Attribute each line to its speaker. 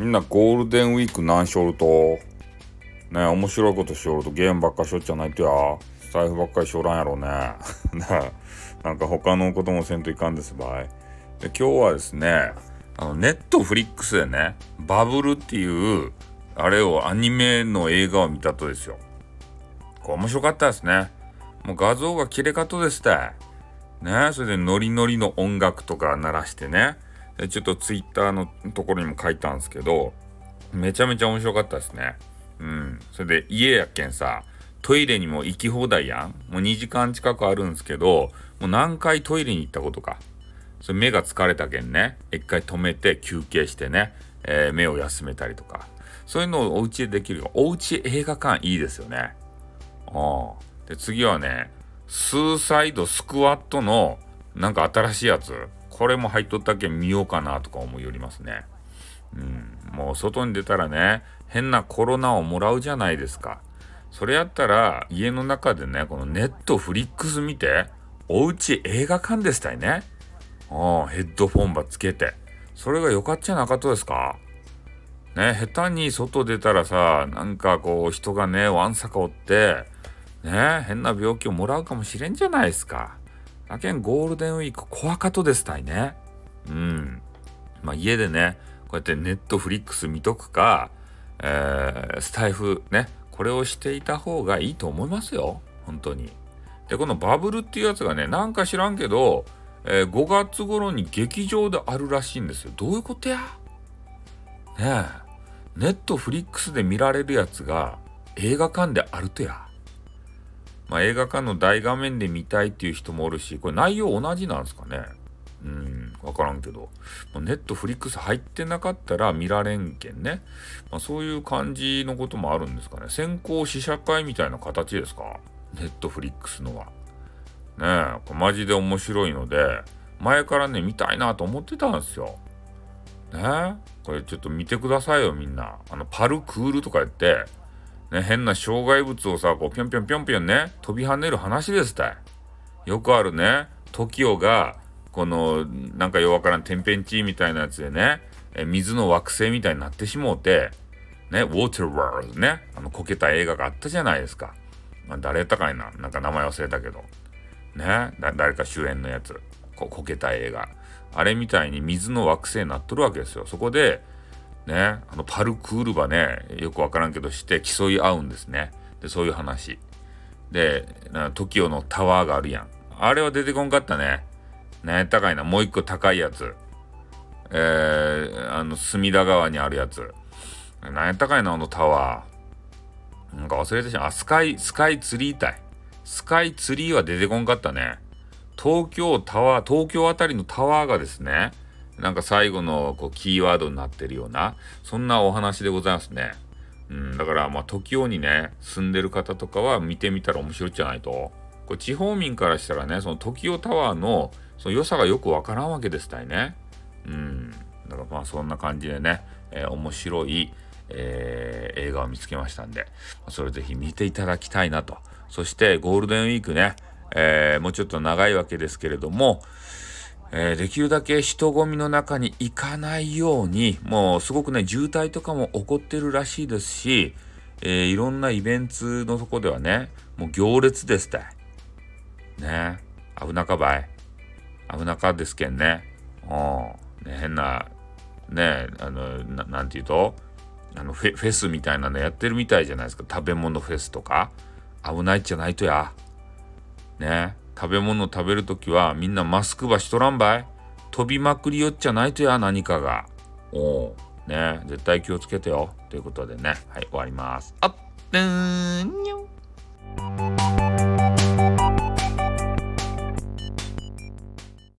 Speaker 1: んなゴールデンウィーク何しょるとね、面白いことしよるとゲームばっかしょっちゃないとや、スタイフばっかりしょらんやろね。なんか他のこともせんといかんですばい。で今日はですね、ネットフリックスでね、バブルっていうあれをアニメの映画を見たとですよ。これ面白かったですね。もう画像が綺麗かとですたいね。それでノリノリの音楽とか鳴らしてね、でちょっとツイッターのところにも書いたんですけど、めちゃめちゃ面白かったですね。それで家やけんさ、トイレにも行き放題やん。もう2時間近くあるんですけど、もう何回トイレに行ったことか。それ目が疲れたけんね、一回止めて休憩してね、目を休めたりとか。そういうのをお家でできるよ。お家映画館いいですよね。で次はね、スーサイドスクワットのなんか新しいやつ。これも入っとったけん見ようかなとか思いよりますね。もう外に出たらね、変なコロナをもらうじゃないですか。それやったら家の中でね、このネットフリックス見て、おうち映画館でしたいね。ヘッドフォンばつけて。それがよかっちゃなかったですかね。下手に外出たらさ、なんかこう人がね、わんさかおって、ね、変な病気をもらうかもしれんじゃないですか。だけんゴールデンウィーク怖かとですたいね。家でね、こうやってネットフリックス見とくか、スタイフね、これをしていた方がいいと思いますよ。本当に。で、このバブルっていうやつがね、なんか知らんけど、5月頃に劇場であるらしいんですよ。どういうことやねえ。ネットフリックスで見られるやつが映画館であるとや。映画館の大画面で見たいっていう人もおるし、これ内容同じなんですかね。わからんけど。ネットフリックス入ってなかったら見られんけんね。そういう感じのこともあるんですかね。先行試写会みたいな形ですか。ネットフリックスのは。ねえ、これマジで面白いので、前からね、見たいなと思ってたんですよ。ねえ、これちょっと見てくださいよ、みんな。パルクールとかやって、ね、変な障害物をさ、こう、ぴょんぴょんぴょんぴょんね、飛び跳ねる話ですたい。よくあるね、TOKIOが、この、なんかようわからん天変地異みたいなやつでね、水の惑星みたいになってしもうて、ね、ウォーターワールドね、こけた映画があったじゃないですか。誰やったかいな、なんか名前忘れたけど。ね、誰か主演のやつ。こけた映画。あれみたいに水の惑星になっとるわけですよ。そこで、ね、パルクールばね、よくわからんけどして競い合うんですね。で、そういう話。で、TOKIOのタワーがあるやん。あれは出てこんかったね。ね、高いな。もう一個高いやつ。隅田川にあるやつ。なんやったかいな、タワー。なんか忘れてしまう。スカイツリー帯。スカイツリーは出てこんかったね。東京あたりのタワーがですね、なんか最後のキーワードになってるような、そんなお話でございますね。だからTOKIOにね、住んでる方とかは見てみたら面白いんじゃないと。これ地方民からしたらね、そのTOKIOタワーのその良さがよくわからんわけですたいね。だからそんな感じでね、面白い、映画を見つけましたんで、それぜひ見ていただきたいなと。そしてゴールデンウィークね、もうちょっと長いわけですけれども、できるだけ人混みの中に行かないように、もうすごくね、渋滞とかも起こってるらしいですし、いろんなイベントのとこではね、もう行列ですたい。ね、危なかばい。危なかですけんね。変な、ね、なんていうと、フェスみたいなのやってるみたいじゃないですか。食べ物フェスとか。危ないじゃないとや。ね、食べ物食べるときはみんなマスクばしとらんばい。飛びまくりよっちゃないとや、何かが。ね、絶対気をつけてよ。ということでね、はい、終わります。あっ、にょん。